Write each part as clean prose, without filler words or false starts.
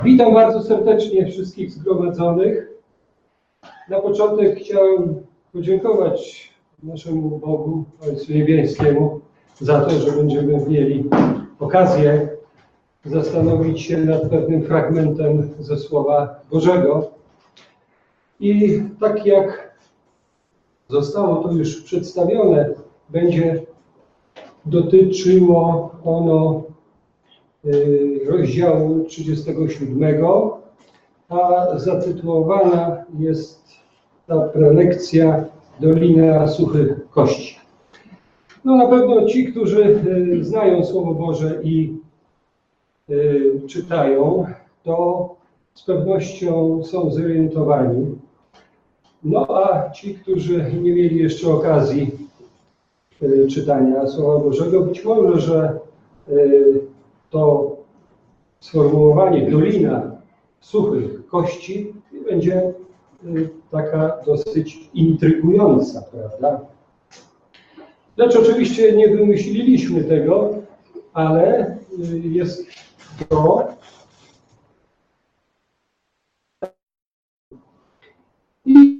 Witam bardzo serdecznie wszystkich zgromadzonych. Na początek chciałem podziękować naszemu Bogu, Ojcu Niebieskiemu, za to, że będziemy mieli okazję zastanowić się nad pewnym fragmentem ze Słowa Bożego. I tak jak zostało to już przedstawione, będzie dotyczyło ono rozdziału 37, a zatytułowana jest ta prelekcja Dolina Suchych Kości. No na pewno ci, którzy znają Słowo Boże i czytają, to z pewnością są zorientowani. No a ci, którzy nie mieli jeszcze okazji czytania Słowa Bożego, być może, że to sformułowanie Dolina Suchych Kości będzie taka dosyć intrygująca, prawda? Lecz oczywiście nie wymyśliliśmy tego, ale jest to i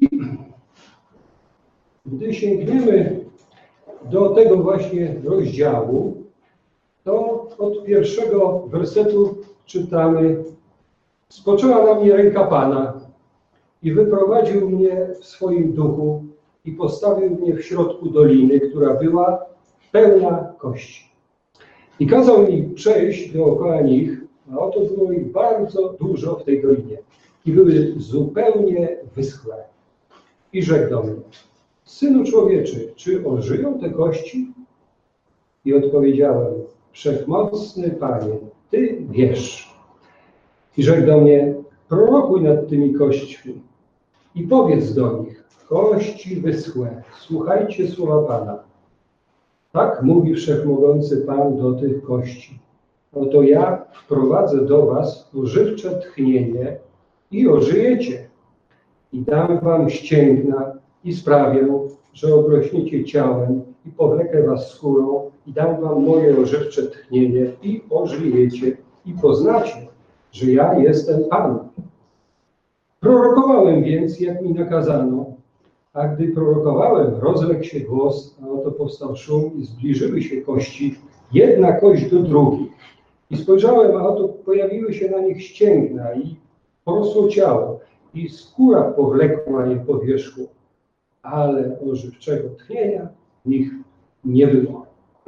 gdy sięgniemy do tego właśnie rozdziału, to od pierwszego wersetu czytamy: spoczęła na mnie ręka Pana i wyprowadził mnie w swoim duchu i postawił mnie w środku doliny, która była pełna kości. I kazał mi przejść dookoła nich, a oto było ich bardzo dużo w tej dolinie i były zupełnie wyschłe. I rzekł do mnie: Synu człowieczy, czy ożyją te kości? I odpowiedziałem: Wszechmocny Panie, Ty wiesz. I rzekł do mnie: prorokuj nad tymi kośćmi i powiedz do nich: kości wyschłe, słuchajcie słowa Pana. Tak mówi Wszechmogący Pan do tych kości: oto ja wprowadzę do was ożywcze tchnienie i ożyjecie. I dam wam ścięgna i sprawię, że obrośniecie ciałem i powlekę was skórą i dam wam moje ożywcze tchnienie i ożyjecie i poznacie, że ja jestem Pan. Prorokowałem więc, jak mi nakazano, a gdy prorokowałem, rozległ się głos, a oto powstał szum i zbliżyły się kości, jedna kość do drugiej. I spojrzałem, a oto pojawiły się na nich ścięgna i porosło ciało i skóra powlekła je po wierzchu, ale ożywczego tchnienia w nich nie było.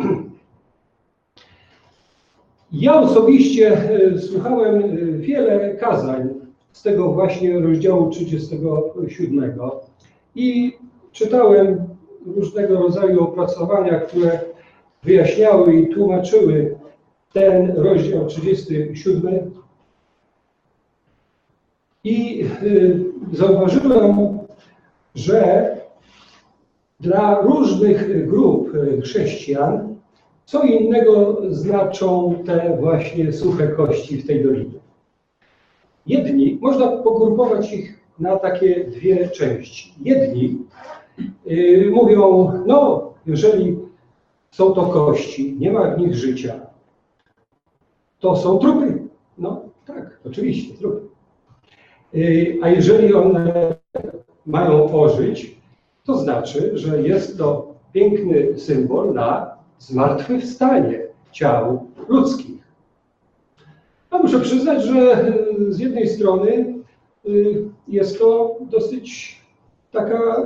Ja osobiście słuchałem wiele kazań z tego właśnie rozdziału 37 i czytałem różnego rodzaju opracowania, które wyjaśniały i tłumaczyły ten rozdział 37. I zauważyłem, że dla różnych grup chrześcijan co innego znaczą te właśnie suche kości w tej dolinie. Jedni, można pogrupować ich na takie dwie części. Jedni mówią: no, jeżeli są to kości, nie ma w nich życia, to są trupy. No tak, oczywiście, trupy. A jeżeli one mają ożyć, to znaczy, że jest to piękny symbol na zmartwychwstanie ciał ludzkich. A muszę przyznać, że z jednej strony jest to dosyć taka,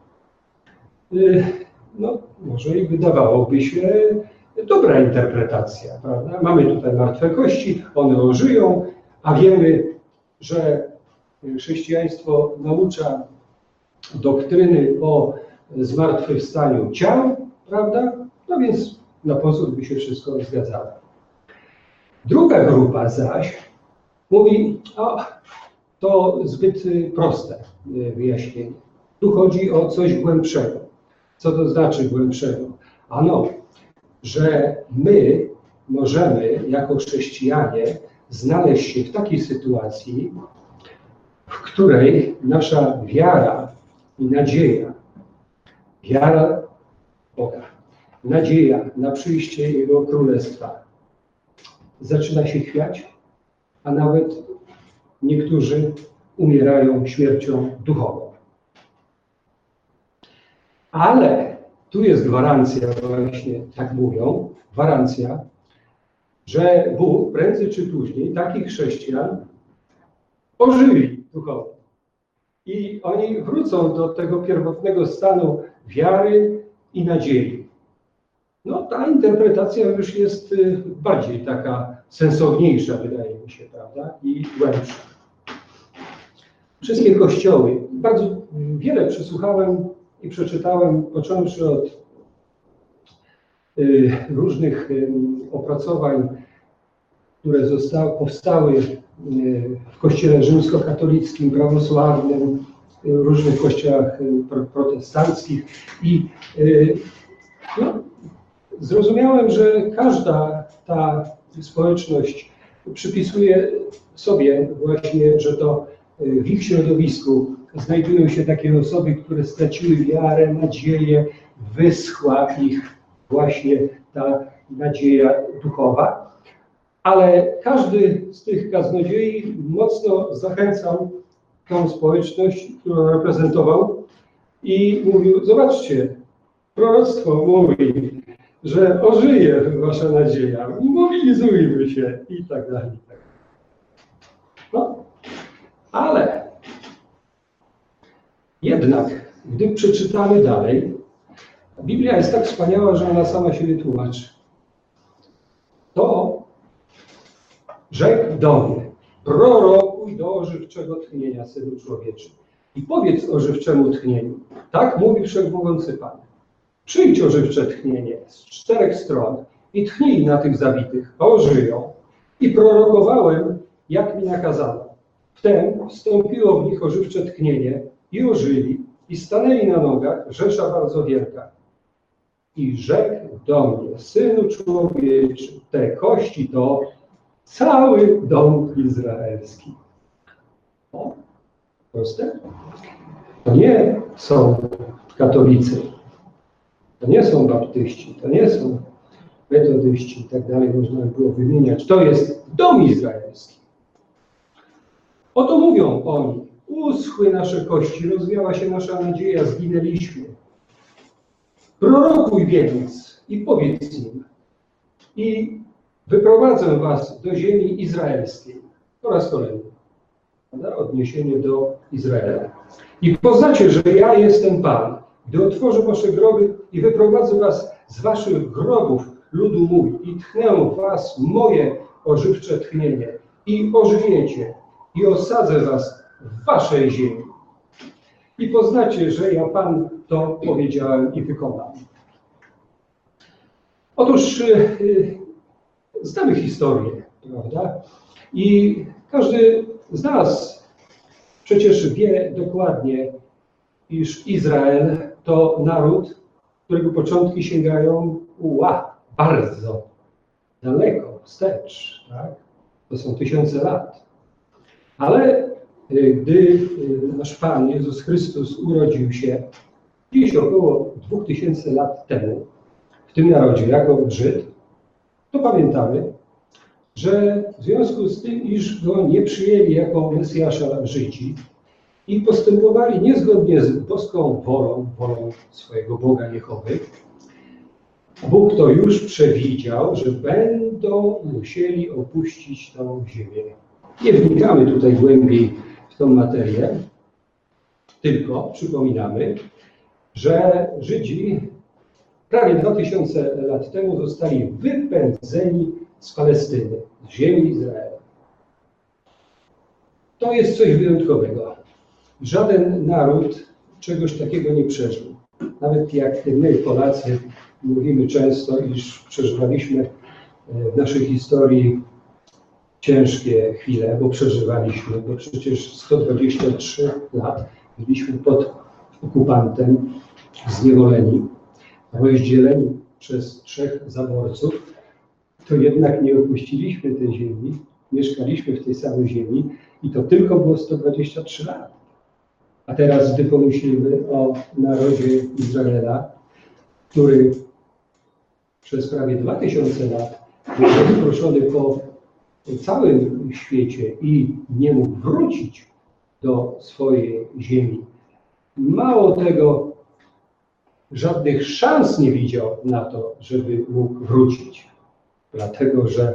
no może i wydawałoby się dobra interpretacja, prawda? Mamy tutaj martwe kości, one ożyją, a wiemy, że chrześcijaństwo naucza doktryny o zmartwychwstaniu ciał, prawda? No więc na pozór by się wszystko zgadzało. Druga grupa zaś mówi: o, to zbyt proste wyjaśnienie. Tu chodzi o coś głębszego. Co to znaczy głębszego? Ano, że my możemy jako chrześcijanie znaleźć się w takiej sytuacji, w której nasza wiara i nadzieja, wiara Boga, nadzieja na przyjście Jego Królestwa zaczyna się chwiać, a nawet niektórzy umierają śmiercią duchową. Ale tu jest gwarancja, właśnie tak mówią, gwarancja, że Bóg prędzej czy później takich chrześcijan ożywi duchowo. I oni wrócą do tego pierwotnego stanu wiary i nadziei. No ta interpretacja już jest bardziej taka sensowniejsza, wydaje mi się, prawda? I głębsza. Wszystkie kościoły, bardzo wiele przesłuchałem i przeczytałem, począwszy od różnych opracowań, które powstały w kościele rzymskokatolickim, prawosławnym, w różnych kościołach protestanckich i no, zrozumiałem, że każda ta społeczność przypisuje sobie właśnie, że to w ich środowisku znajdują się takie osoby, które straciły wiarę, nadzieję, wyschła ich właśnie ta nadzieja duchowa. Ale każdy z tych kaznodziei mocno zachęcał tą społeczność, którą reprezentował i mówił, zobaczcie, proroctwo mówi, że ożyje wasza nadzieja, mobilizujmy się i tak dalej. No, ale jednak, gdy przeczytamy dalej, Biblia jest tak wspaniała, że ona sama siebie tłumaczy. To rzekł do mnie, prorokuj do ożywczego tchnienia, Synu Człowieczy, i powiedz ożywczemu tchnieniu, tak mówi Wszechmogący Pan. Przyjdź ożywcze tchnienie z 4 stron i tchnij na tych zabitych, a ożyją. I prorokowałem, jak mi nakazano. Wtem wstąpiło w nich ożywcze tchnienie i ożyli, i stanęli na nogach, rzesza bardzo wielka. I rzekł do mnie, Synu Człowieczy, te kości to cały dom izraelski. O, proste? To nie są katolicy, to nie są baptyści, to nie są metodyści i tak dalej, można by było wymieniać. To jest dom izraelski. Oto mówią oni, uschły nasze kości, rozwiała się nasza nadzieja, zginęliśmy. Prorokuj więc i powiedz im, i wyprowadzę was do ziemi izraelskiej. Po raz kolejny. Odniesienie do Izraela. I poznacie, że ja jestem Pan, gdy otworzę wasze groby i wyprowadzę was z waszych grobów, ludu mój, i tchnę was moje ożywcze tchnienie, i ożywiecie, i osadzę was w waszej ziemi. I poznacie, że ja Pan to powiedziałem i wykonam. Otóż znamy historię, prawda? I każdy z nas przecież wie dokładnie, iż Izrael to naród, którego początki sięgają bardzo daleko wstecz. Tak? To są tysiące lat. Ale gdy nasz Pan Jezus Chrystus urodził się gdzieś około 2000 lat temu, w tym narodzie jako Żyd, to pamiętamy, że w związku z tym, iż go nie przyjęli jako Mesjasza Żydzi i postępowali niezgodnie z boską wolą swojego Boga Jehowy, Bóg to już przewidział, że będą musieli opuścić tą ziemię. Nie wnikamy tutaj głębiej w tą materię, tylko przypominamy, że Żydzi prawie 2000 lat temu zostali wypędzeni z Palestyny, z ziemi Izraela. To jest coś wyjątkowego. Żaden naród czegoś takiego nie przeżył. Nawet jak my, Polacy, mówimy często, iż przeżywaliśmy w naszej historii ciężkie chwile, bo przeżywaliśmy, bo przecież 123 lat byliśmy pod okupantem, zniewoleni, rozdzieleni przez 3 zaborców, to jednak nie opuściliśmy tej ziemi, mieszkaliśmy w tej samej ziemi i to tylko było 123 lat. A teraz, gdy pomyślimy o narodzie Izraela, który przez prawie 2000 lat był rozproszony po całym świecie i nie mógł wrócić do swojej ziemi. Mało tego, żadnych szans nie widział na to, żeby mógł wrócić, dlatego że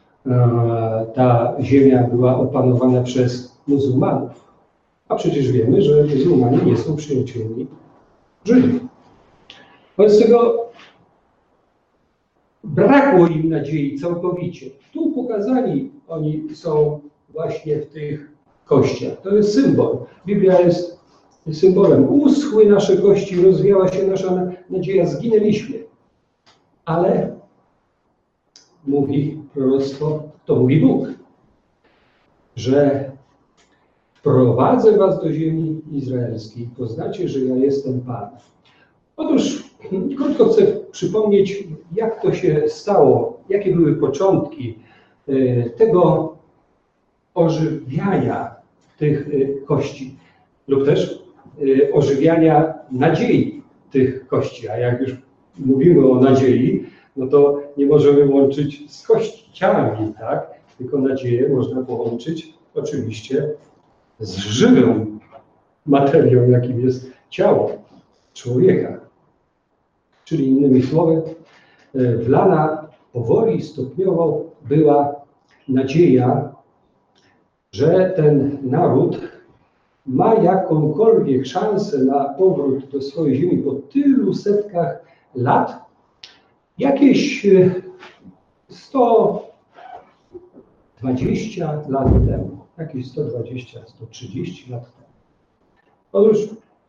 ta ziemia była opanowana przez muzułmanów. A przecież wiemy, że muzułmanie nie są przyjaciółmi Żydów. Wobec tego brakło im nadziei całkowicie. Tu pokazani oni są właśnie w tych kościach. To jest symbol. Biblia jest symbolem. Uschły nasze kości, rozwiała się nasza nadzieja, zginęliśmy. Ale mówi proroctwo, to mówi Bóg, że wprowadzę was do ziemi izraelskiej, poznacie, że ja jestem Pan. Otóż krótko chcę przypomnieć, jak to się stało, jakie były początki tego ożywiania tych kości, lub też ożywiania nadziei tych kości. A jak już mówimy o nadziei, no to nie możemy łączyć z kościami, tak? Tylko nadzieję można połączyć oczywiście z żywą materią, jakim jest ciało człowieka. Czyli innymi słowy, wlana powoli, stopniowo była nadzieja, że ten naród ma jakąkolwiek szansę na powrót do swojej ziemi po tylu setkach lat, jakieś 120 lat temu, jakieś 120, 130 lat temu. Otóż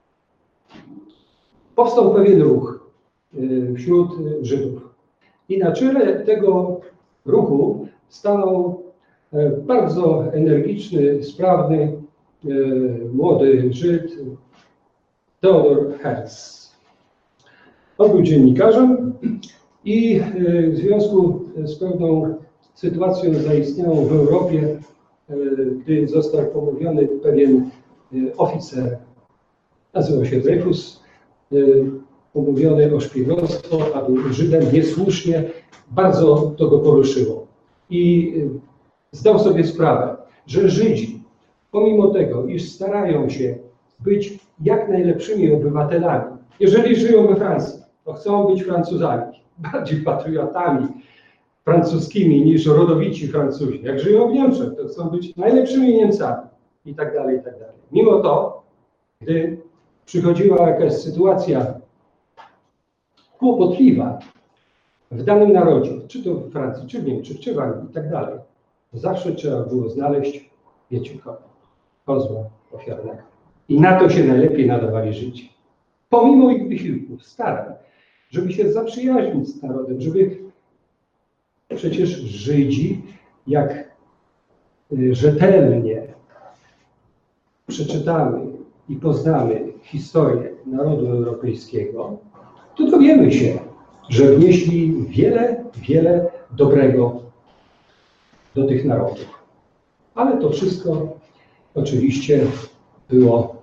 powstał pewien ruch wśród Żydów. I na czele tego ruchu stanął bardzo energiczny, sprawny, młody Żyd Theodor Herzl. On był dziennikarzem i w związku z pewną sytuacją zaistniałą w Europie, gdy został pomówiony pewien oficer, nazywał się Dreyfus, pomówiony o szpiegostwo, a był Żydem niesłusznie, bardzo to go poruszyło. I zdał sobie sprawę, że Żydzi, pomimo tego, iż starają się być jak najlepszymi obywatelami, jeżeli żyją we Francji, to chcą być Francuzami, bardziej patriotami francuskimi niż rodowici Francuzi. Jak żyją w Niemczech, to chcą być najlepszymi Niemcami i tak dalej, i tak dalej. Mimo to, gdy przychodziła jakaś sytuacja kłopotliwa w danym narodzie, czy to w Francji, czy w Niemczech, czy w Anglii i tak dalej, zawsze trzeba było znaleźć, wiecie kogo, kozła ofiarnego. I na to się najlepiej nadawali Żydzi. Pomimo ich wysiłków, starań, żeby się zaprzyjaźnić z narodem, żeby przecież Żydzi, jak rzetelnie przeczytamy i poznamy historię narodu europejskiego, to dowiemy się, że wnieśli wiele, wiele dobrego do tych narodów. Ale to wszystko oczywiście było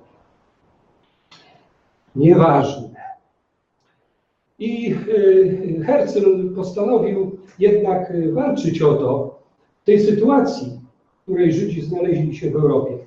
nieważne. I Herzl postanowił jednak walczyć o to w tej sytuacji, w której Żydzi znaleźli się w Europie.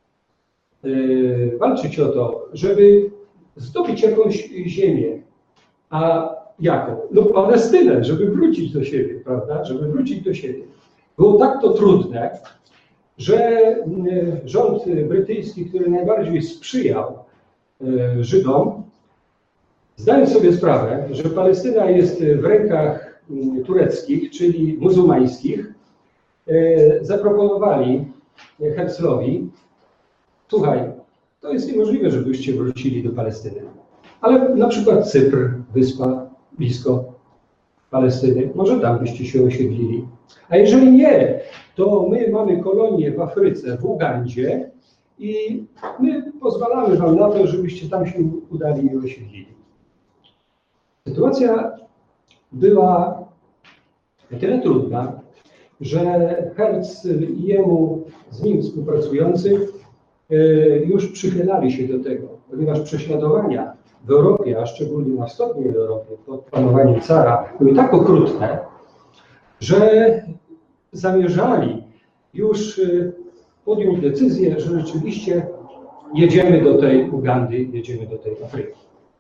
Walczyć o to, żeby zdobyć jakąś ziemię. A jaką? No Palestynę, żeby wrócić do siebie, prawda? Żeby wrócić do siebie. Było tak to trudne, że rząd brytyjski, który najbardziej sprzyjał Żydom, zdając sobie sprawę, że Palestyna jest w rękach tureckich, czyli muzułmańskich, zaproponowali Herzlowi: słuchaj, to jest niemożliwe, żebyście wrócili do Palestyny, ale na przykład Cypr, wyspa blisko Palestyny, może tam byście się osiedlili. A jeżeli nie, to my mamy kolonię w Afryce, w Ugandzie i my pozwalamy wam na to, żebyście tam się udali i osiedlili. Sytuacja była na tyle trudna, że Herzl i z nim współpracujący już przychylali się do tego, ponieważ prześladowania w Europie, a szczególnie na wschodniej Europie pod panowaniem cara, były tak okrutne, że zamierzali już podjął decyzję, że rzeczywiście jedziemy do tej Ugandy, jedziemy do tej Afryki.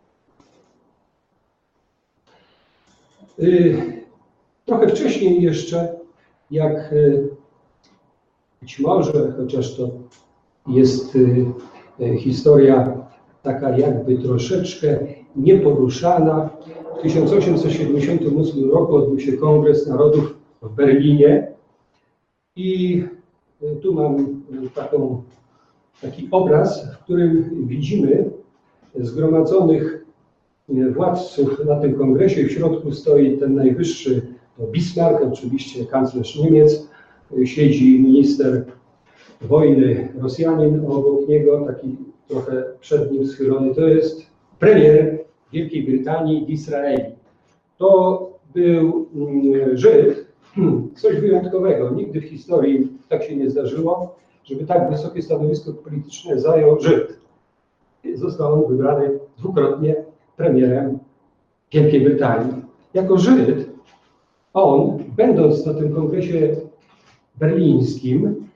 Trochę wcześniej jeszcze, jak być może, chociaż to jest historia taka jakby troszeczkę nieporuszana, w 1878 roku odbył się Kongres Narodów w Berlinie i tu mam taki obraz, w którym widzimy zgromadzonych władców na tym kongresie. W środku stoi ten najwyższy, to Bismarck, oczywiście kanclerz Niemiec, siedzi minister wojny Rosjanin, obok niego taki trochę przed nim schylony, to jest premier Wielkiej Brytanii, Disraeli. To był Żyd, coś wyjątkowego. Nigdy w historii tak się nie zdarzyło, żeby tak wysokie stanowisko polityczne zajął Żyd. Został on wybrany dwukrotnie premierem Wielkiej Brytanii. Jako Żyd on, będąc na tym kongresie berlińskim,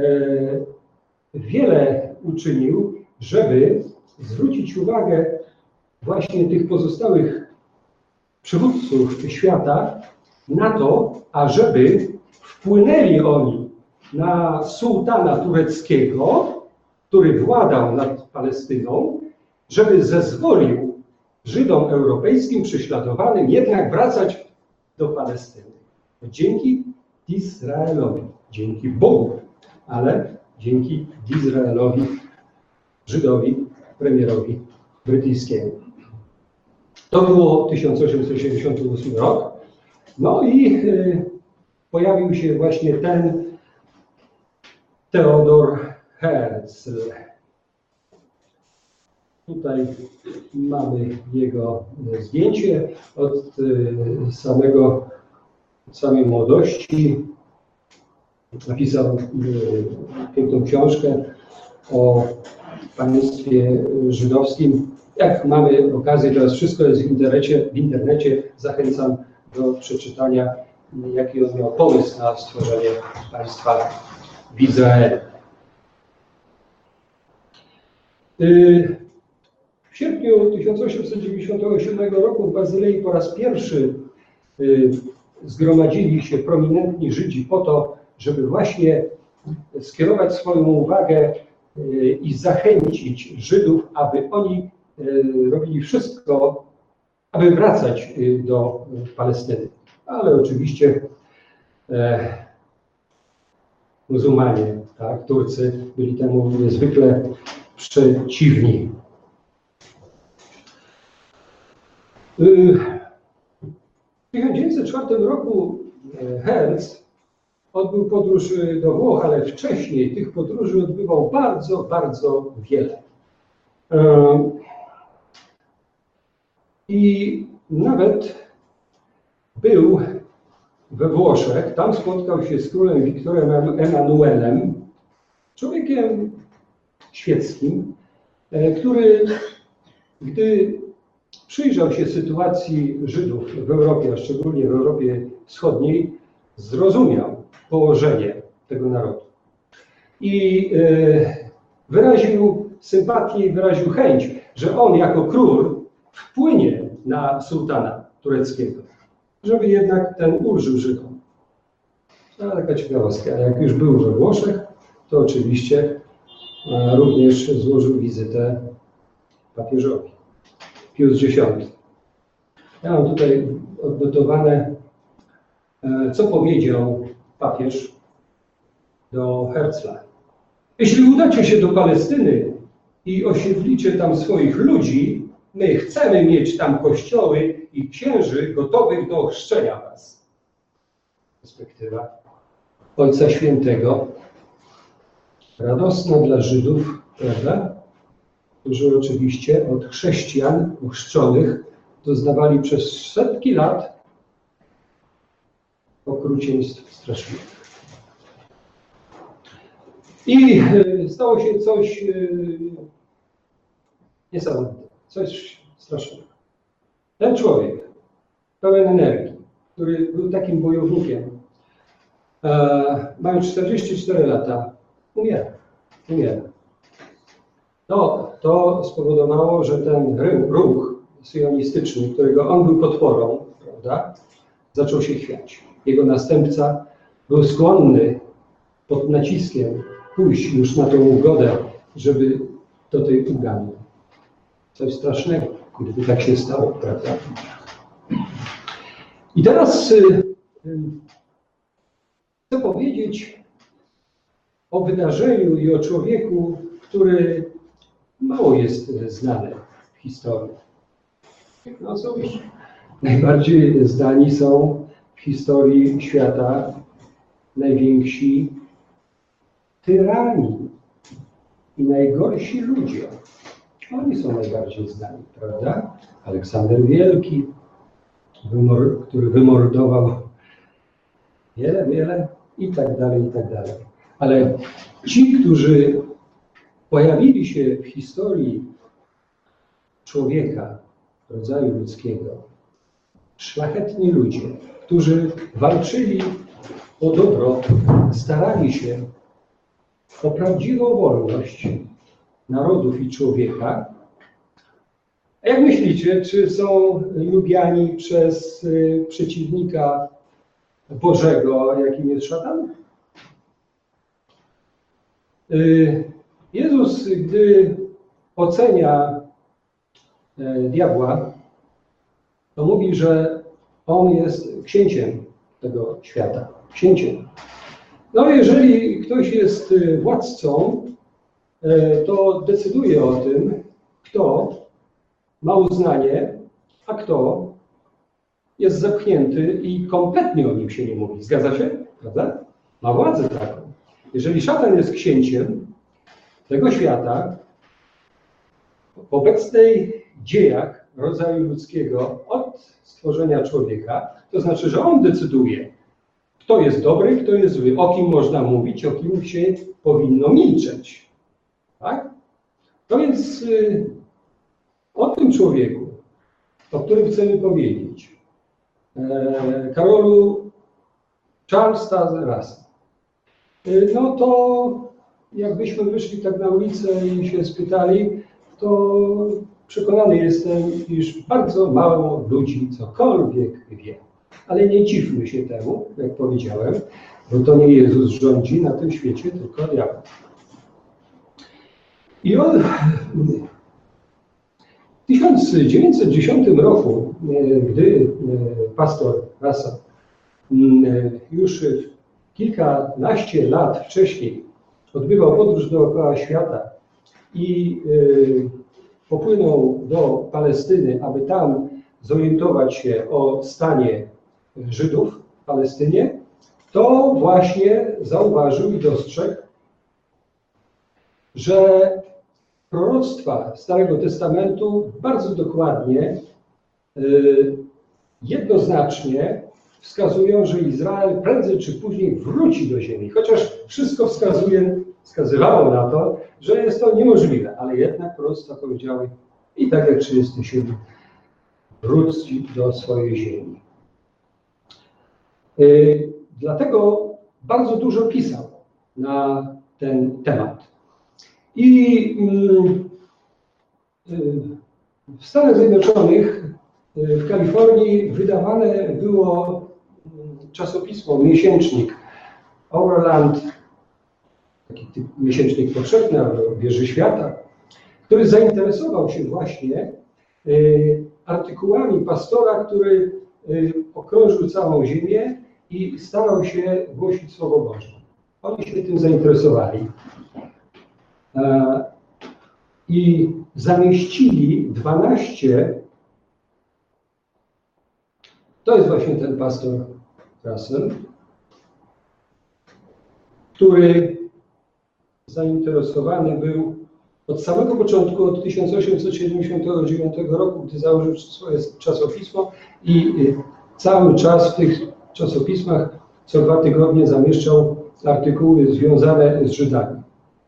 wiele uczynił, żeby zwrócić uwagę właśnie tych pozostałych przywódców świata na to, ażeby wpłynęli oni na sułtana tureckiego, który władał nad Palestyną, żeby zezwolił Żydom europejskim prześladowanym jednak wracać do Palestyny. Dzięki Izraelowi, dzięki Bogu, ale dzięki Izraelowi, Żydowi, premierowi brytyjskiemu. To było 1878 rok. No i pojawił się właśnie ten Theodor Herzl. Tutaj mamy jego zdjęcie od samej młodości. Napisał piękną książkę o państwie żydowskim. Jak mamy okazję, teraz wszystko jest w internecie, zachęcam do przeczytania, jaki on miał pomysł na stworzenie państwa w Izraelu. W sierpniu 1898 roku w Bazylei po raz pierwszy zgromadzili się prominentni Żydzi po to, żeby właśnie skierować swoją uwagę i zachęcić Żydów, aby oni robili wszystko, aby wracać do Palestyny. Ale oczywiście muzułmanie, tak, Turcy byli temu niezwykle przeciwni. W 1904 roku Herzl odbył podróż do Włoch, ale wcześniej tych podróży odbywał bardzo, bardzo wiele. I nawet był we Włoszech, tam spotkał się z królem Wiktorem Emanuelem, człowiekiem świeckim, który, gdy przyjrzał się sytuacji Żydów w Europie, a szczególnie w Europie Wschodniej, zrozumiał położenie tego narodu. I wyraził sympatię i wyraził chęć, że on jako król wpłynie na sułtana tureckiego, żeby jednak ten ulżył Żydom. To taka ciekawostka. Jak już był we Włoszech, to oczywiście również złożył wizytę papieżowi, Pius X. Ja mam tutaj odnotowane, co powiedział papież do Herzla. Jeśli udacie się do Palestyny i osiedlicie tam swoich ludzi, my chcemy mieć tam kościoły i księży gotowych do ochrzczenia was. Perspektywa Ojca Świętego, radosna dla Żydów, prawda? Którzy oczywiście od chrześcijan ochrzczonych doznawali przez setki lat okrucieństw straszliwych. I stało się coś niesamowitego, coś strasznego. Ten człowiek, pełen energii, który był takim bojownikiem, Mając 44 lata, umiera. No, to spowodowało, że ten ruch syjonistyczny, którego on był podporą, prawda, zaczął się chwiać. Jego następca był skłonny pod naciskiem pójść już na tą ugodę, żeby do tej ugany. Coś strasznego, gdyby tak się stało, prawda? I teraz chcę powiedzieć o wydarzeniu i o człowieku, który mało jest znany w historii. No cóż, najbardziej znani są w historii świata najwięksi tyrani i najgorsi ludzie. Oni są najbardziej znani, prawda? Aleksander Wielki, który wymordował wiele i tak dalej, i tak dalej. Ale ci, którzy pojawili się w historii człowieka, rodzaju ludzkiego, szlachetni ludzie, którzy walczyli o dobro, starali się o prawdziwą wolność narodów i człowieka. A jak myślicie, czy są lubiani przez przeciwnika Bożego, jakim jest szatan? Jezus, gdy ocenia diabła, to mówi, że on jest księciem tego świata. Księciem. No jeżeli ktoś jest władcą, to decyduje o tym, kto ma uznanie, a kto jest zepchnięty i kompletnie o nim się nie mówi. Zgadza się? Prawda? Ma władzę taką. Jeżeli szatan jest księciem tego świata, w obecnej dziejach rodzaju ludzkiego od stworzenia człowieka, to znaczy, że on decyduje, kto jest dobry, kto jest zły, o kim można mówić, o kim się powinno milczeć. Tak? No więc o tym człowieku, o którym chcemy powiedzieć, Karolu Charlesa Russell, no to jakbyśmy wyszli tak na ulicę i się spytali, to przekonany jestem, iż bardzo mało ludzi cokolwiek wie. Ale nie dziwmy się temu, jak powiedziałem, bo to nie Jezus rządzi na tym świecie, tylko diabeł. I on w 1910 roku, gdy pastor Russell już kilkanaście lat wcześniej odbywał podróż dookoła świata i popłynął do Palestyny, aby tam zorientować się o stanie Żydów w Palestynie, to właśnie zauważył i dostrzegł, że proroctwa Starego Testamentu bardzo dokładnie, jednoznacznie wskazują, że Izrael prędzej czy później wróci do ziemi. Chociaż wszystko wskazywało na to, że jest to niemożliwe, ale jednak proroctwa powiedziały i tak jak 37 wróci do swojej ziemi. Dlatego bardzo dużo pisał na ten temat. I w Stanach Zjednoczonych, w Kalifornii wydawane było czasopismo, miesięcznik Overland, taki miesięcznik powszechny, albo Wieży Świata, który zainteresował się właśnie artykułami pastora, który okrążył całą ziemię i starał się głosić Słowo Boże. Oni się tym zainteresowali i zamieścili 12, to jest właśnie ten pastor Russell, który zainteresowany był od samego początku, od 1879 roku, gdy założył swoje czasopismo i cały czas w tych czasopismach co 2 tygodnie zamieszczał artykuły związane z Żydami.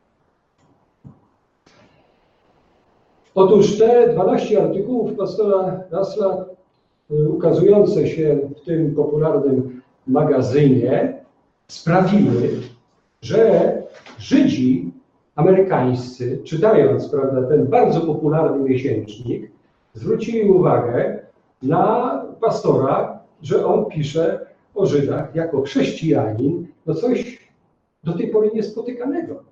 Otóż te 12 artykułów pastora Russella ukazujące się w tym popularnym magazynie sprawiły, że Żydzi amerykańscy, czytając, prawda, ten bardzo popularny miesięcznik, zwrócili uwagę na pastora, że on pisze o Żydach jako chrześcijanin, no coś do tej pory niespotykanego.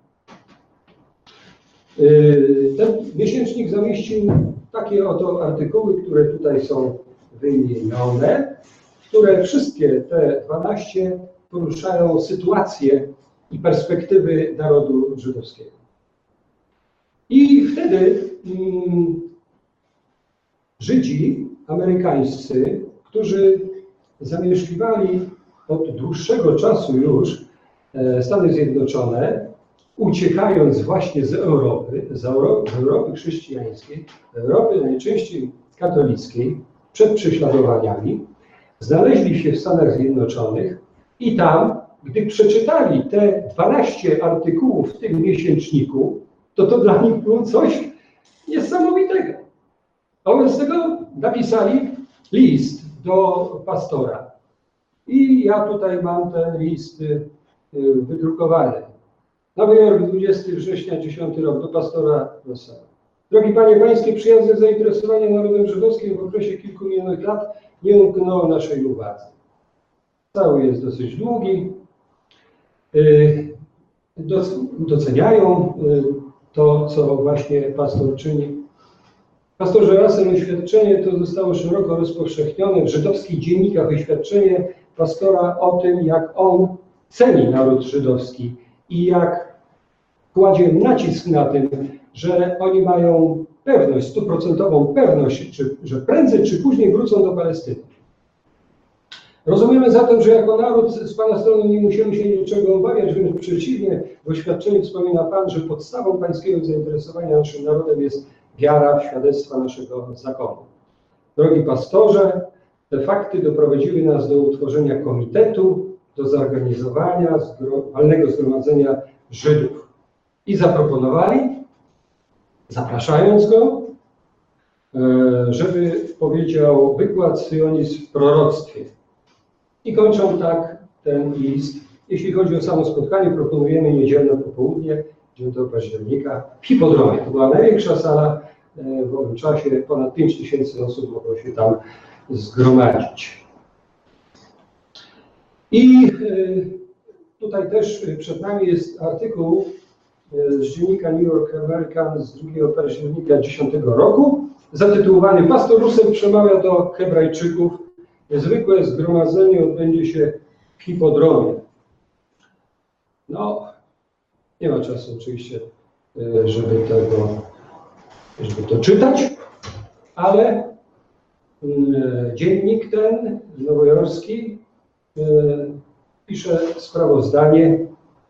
Ten miesięcznik zamieścił takie oto artykuły, które tutaj są wymienione, które wszystkie te 12 poruszają sytuację i perspektywy narodu żydowskiego. I wtedy Żydzi amerykańscy, którzy zamieszkiwali od dłuższego czasu już Stany Zjednoczone, uciekając właśnie z Europy chrześcijańskiej, Europy najczęściej katolickiej, przed prześladowaniami, znaleźli się w Stanach Zjednoczonych i tam, gdy przeczytali te 12 artykułów w tym miesięczniku, to dla nich było coś niesamowitego. A wobec tego napisali list do pastora. I ja tutaj mam ten list wydrukowany. Nowy Jork, 20 września, 10 rok, do pastora Rossella. Drogi Panie Pańskie, przyjazne zainteresowanie narodem żydowskim w okresie kilku minionych lat nie umknęło naszej uwadze. Cały jest dosyć długi. Doceniają to, co właśnie pastor czyni. Pastorze Russell, oświadczenie to zostało szeroko rozpowszechnione w żydowskich dziennikach. Oświadczenie pastora o tym, jak on ceni naród żydowski i jak kładzie nacisk na tym, że oni mają pewność, 100% pewność, że prędzej czy później wrócą do Palestyny. Rozumiemy zatem, że jako naród z Pana strony nie musimy się niczego obawiać, wręcz przeciwnie, w oświadczeniu wspomina Pan, że podstawą pańskiego zainteresowania naszym narodem jest wiara w świadectwa naszego zakonu. Drogi pastorze, te fakty doprowadziły nas do utworzenia komitetu, do zorganizowania walnego zgromadzenia Żydów. I zaproponowali, zapraszając go, żeby powiedział wykład syjonizm w proroctwie. I kończą tak ten list. Jeśli chodzi o samo spotkanie, proponujemy niedzielne popołudnie, 9 października w Hipodromie. To była największa sala w owym czasie, ponad 5000 osób mogło się tam zgromadzić. I tutaj też przed nami jest artykuł z dziennika New York American z 2 października 10 roku, zatytułowany Pastor Russell przemawia do Hebrajczyków. Zwykłe zgromadzenie odbędzie się w Hipodromie. No, nie ma czasu oczywiście, żeby to czytać, ale dziennik ten nowojorski pisze sprawozdanie,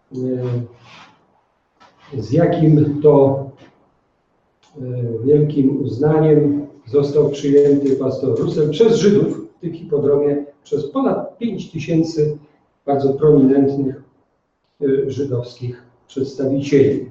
z jakim to wielkim uznaniem został przyjęty pastor Russell przez Żydów w tym hipodromie, przez ponad 5000 bardzo prominentnych żydowskich przedstawicieli.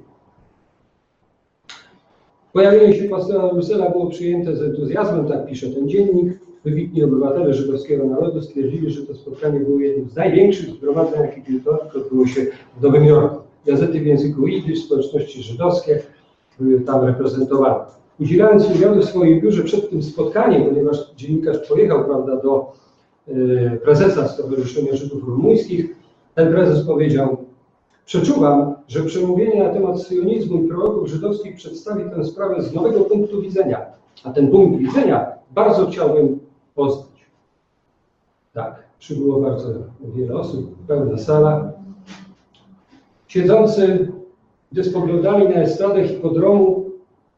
Pojawienie się pastora Russella było przyjęte z entuzjazmem, tak pisze ten dziennik. Wybitni obywatele żydowskiego narodu stwierdzili, że to spotkanie było jednym z największych zgromadzeń, jakie kiedykolwiek odbyło się w Nowym Jorku. Gazety w języku jidysz, społeczności żydowskie były tam reprezentowane. Udzielając wywiadu w swoim biurze przed tym spotkaniem, ponieważ dziennikarz pojechał, prawda, do prezesa Stowarzyszenia Żydów Rumuńskich, ten prezes powiedział: przeczuwam, że przemówienie na temat syjonizmu i proroków żydowskich przedstawi tę sprawę z nowego punktu widzenia. A ten punkt widzenia bardzo chciałbym poznać. Tak, przybyło bardzo wiele osób, pełna sala. Siedzący, gdy spoglądali na estradę hipodromu,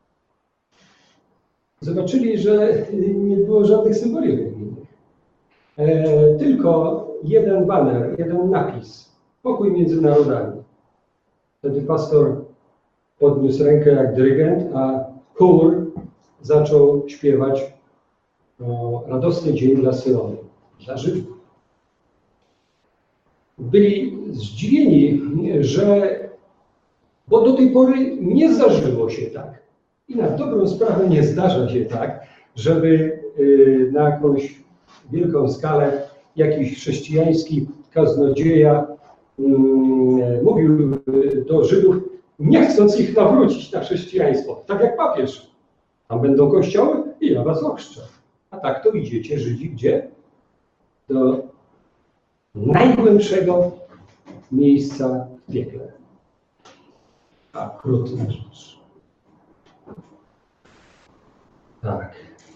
zobaczyli, że nie było żadnych symboli religijnych. Tylko jeden baner, jeden napis. Pokój między narodami. Wtedy pastor podniósł rękę jak dyrygent, a chór zaczął śpiewać o radosny dzień dla Syjonu, dla Żydów. Byli zdziwieni, bo do tej pory nie zdarzyło się tak. I na dobrą sprawę nie zdarza się tak, żeby na jakąś wielką skalę jakiś chrześcijański kaznodzieja mówił do Żydów, nie chcąc ich nawrócić na chrześcijaństwo, tak jak papież. Tam będą kościoły i ja was ochrzczę. A tak to idziecie, Żydzi, gdzie? Do najgłębszego miejsca w piekle. Okrutna rzecz. Tak.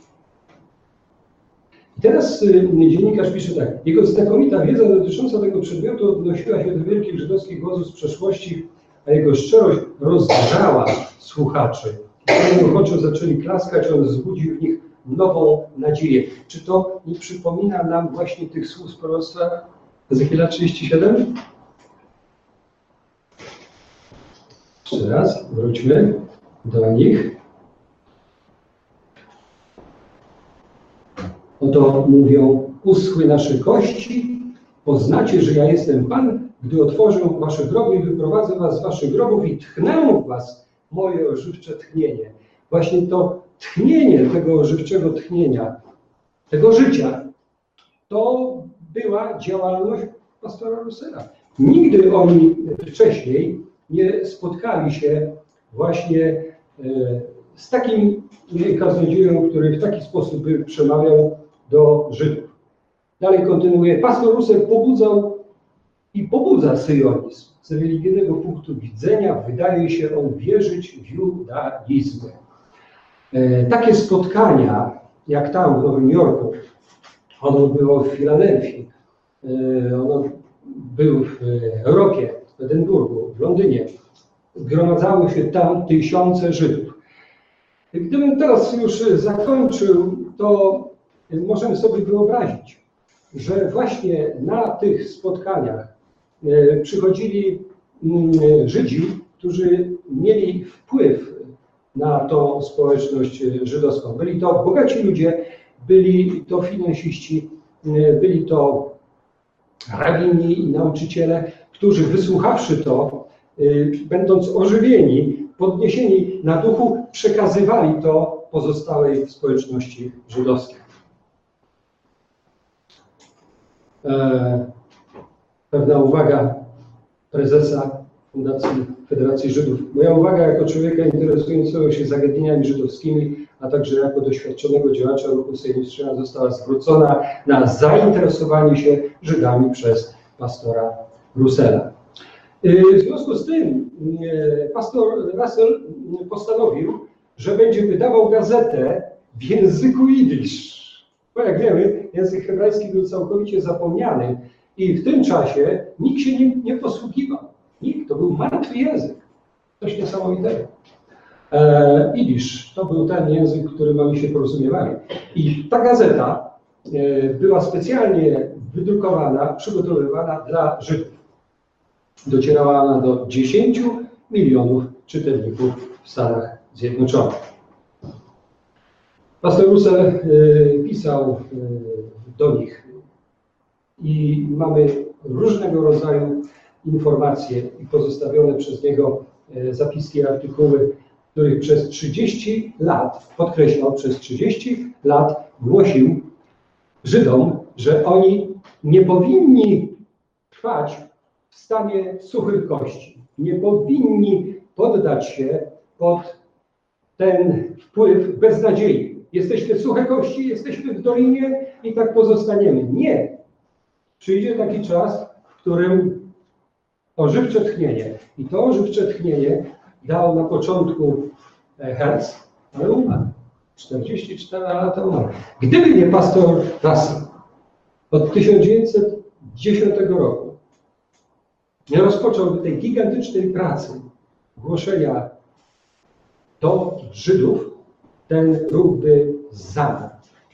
I teraz dziennikarz pisze tak. Jego znakomita wiedza dotycząca tego przedmiotu odnosiła się do wielkich żydowskich głosów z przeszłości, a jego szczerość rozgrzała słuchaczy. Kiedy ochoczo zaczęli klaskać, on wzbudził w nich nową nadzieję. Czy to nie przypomina nam właśnie tych słów z proroctwa Ezechiela 37? Jeszcze raz, wróćmy do nich. Oto mówią, uschły nasze kości, poznacie, że ja jestem Pan, gdy otworzę wasze groby i wyprowadzę was z waszych grobów i tchnę w was moje ożywcze tchnienie. Właśnie to tchnienie, tego ożywczego tchnienia, tego życia, to była działalność pastora Russella. Nigdy oni wcześniej nie spotkali się właśnie z takim kaznodzieją, który w taki sposób by przemawiał do Żydów. Dalej kontynuuje. Pastor Russell pobudzał i pobudza syjonizm. Z religijnego punktu widzenia wydaje się on wierzyć w judaizm. Takie spotkania, jak tam w Nowym Jorku, ono było w Filadelfii, ono było w Europie, w Edynburgu, w Londynie. Zgromadzały się tam tysiące Żydów. Gdybym teraz już zakończył, to możemy sobie wyobrazić, że właśnie na tych spotkaniach przychodzili Żydzi, którzy mieli wpływ na tą społeczność żydowską. Byli to bogaci ludzie, byli to finansiści, byli to rabini i nauczyciele, którzy wysłuchawszy to, będąc ożywieni, podniesieni na duchu, przekazywali to pozostałej społeczności żydowskiej. Pewna uwaga prezesa Federacji Żydów. Moja uwaga jako człowieka interesującego się zagadnieniami żydowskimi, a także jako doświadczonego działacza ruchu sionistycznego została zwrócona na zainteresowanie się Żydami przez pastora Russella. W związku z tym pastor Russell postanowił, że będzie wydawał gazetę w języku jidysz. Bo jak wiemy, język hebrajski był całkowicie zapomniany i w tym czasie nikt się nim nie posługiwał. Nikt, to był martwy język. Coś niesamowitego. Jidysz to był ten język, którym oni się porozumiewali. I ta gazeta była specjalnie wydrukowana, przygotowywana dla Żydów. Docierała ona do 10 milionów czytelników w Stanach Zjednoczonych. Pastor Russell pisał do nich i mamy różnego rodzaju informacje i pozostawione przez niego zapiski i artykuły, w których przez 30 lat, podkreślał, przez 30 lat głosił Żydom, że oni nie powinni trwać w stanie suchych kości. Nie powinni poddać się pod ten wpływ beznadziei. Jesteśmy suche kości, jesteśmy w dolinie i tak pozostaniemy. Nie. Przyjdzie taki czas, w którym ożywcze tchnienie. I to ożywcze tchnienie dał na początku Herz, ale umarł. 44 lata umarł. Gdyby nie pastor Russell od 1910 roku nie rozpocząłby tej gigantycznej pracy głoszenia do Żydów, ten ruch by zamarł.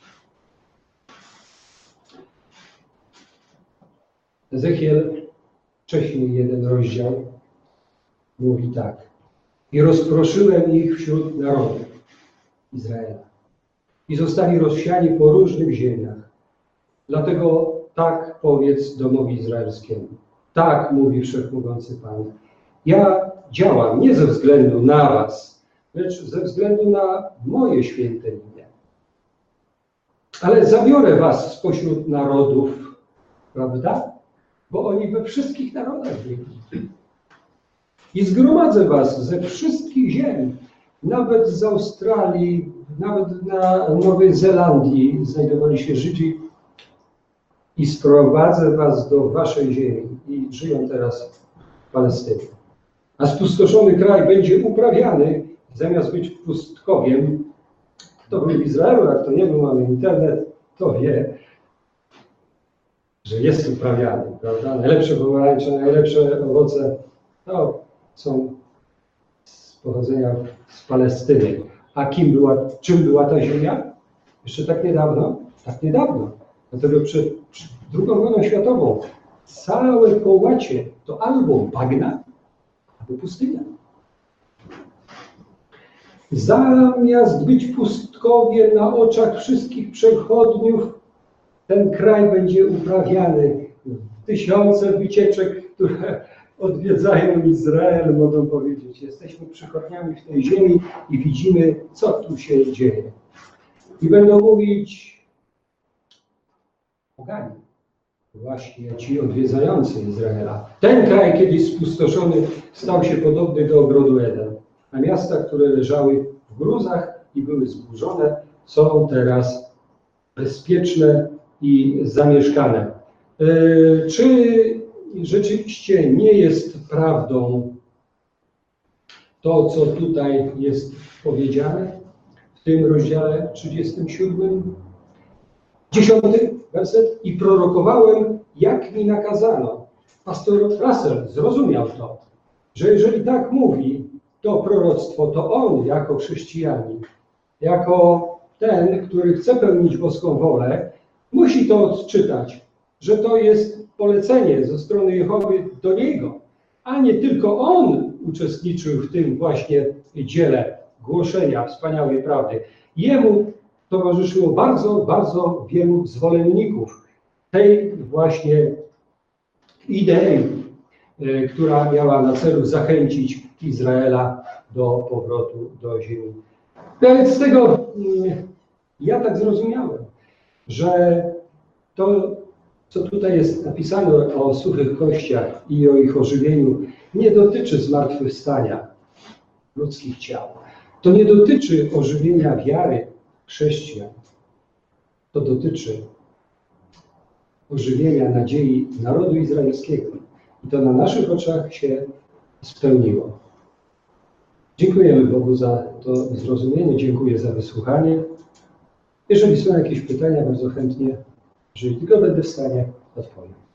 Ezechiel, wcześniej jeden rozdział, mówi tak. I rozproszyłem ich wśród narodów Izraela. I zostali rozsiani po różnych ziemiach. Dlatego tak powiedz domowi izraelskiemu. Tak mówi Wszechmogący Pan. Ja działam nie ze względu na was, lecz ze względu na moje święte imię. Ale zabiorę was spośród narodów, prawda? bo oni we wszystkich narodach byli. I zgromadzę was ze wszystkich ziem, nawet z Australii, nawet na Nowej Zelandii znajdowali się Żydzi i sprowadzę was do waszej ziemi. I żyją teraz w Palestynie. A spustoszony kraj będzie uprawiany, zamiast być pustkowiem. Kto był w Izraelu, jak to nie był, mamy internet, to wie, że jest uprawiany, prawda? Najlepsze pomarańcze, najlepsze owoce to są z pochodzenia z Palestyny. A czym była ta ziemia? Jeszcze tak niedawno? Tak niedawno. Dlatego przed II wojną światową całe połacie to albo bagna, albo pustynia. Zamiast być pustkowiem na oczach wszystkich przechodniów, ten kraj będzie uprawiany. Tysiące wycieczek, które odwiedzają Izrael, mogą powiedzieć. Jesteśmy przechodniami w tej ziemi i widzimy, co tu się dzieje. I będą mówić pogani, właśnie ci odwiedzający Izraela. Ten kraj kiedyś spustoszony stał się podobny do ogrodu Eden, a miasta, które leżały w gruzach i były zburzone, są teraz bezpieczne i zamieszkane. Czy rzeczywiście nie jest prawdą to, co tutaj jest powiedziane w tym rozdziale 37? 10 werset. I prorokowałem, jak mi nakazano. Pastor Russell zrozumiał to, że jeżeli tak mówi to proroctwo, to on jako chrześcijanin, jako ten, który chce pełnić boską wolę, musi to odczytać, że to jest polecenie ze strony Jehowy do niego, a nie tylko on uczestniczył w tym właśnie dziele głoszenia wspaniałej prawdy. Jemu towarzyszyło bardzo, bardzo wielu zwolenników tej właśnie idei, która miała na celu zachęcić Izraela do powrotu do ziemi. Więc z tego ja tak zrozumiałem, że to, co tutaj jest napisane o suchych kościach i o ich ożywieniu, nie dotyczy zmartwychwstania ludzkich ciał. To nie dotyczy ożywienia wiary chrześcijan. To dotyczy ożywienia nadziei narodu izraelskiego. I to na naszych oczach się spełniło. Dziękujemy Bogu za to zrozumienie, dziękuję za wysłuchanie. Jeżeli są jakieś pytania, bardzo chętnie, jeżeli tylko będę w stanie, odpowiem.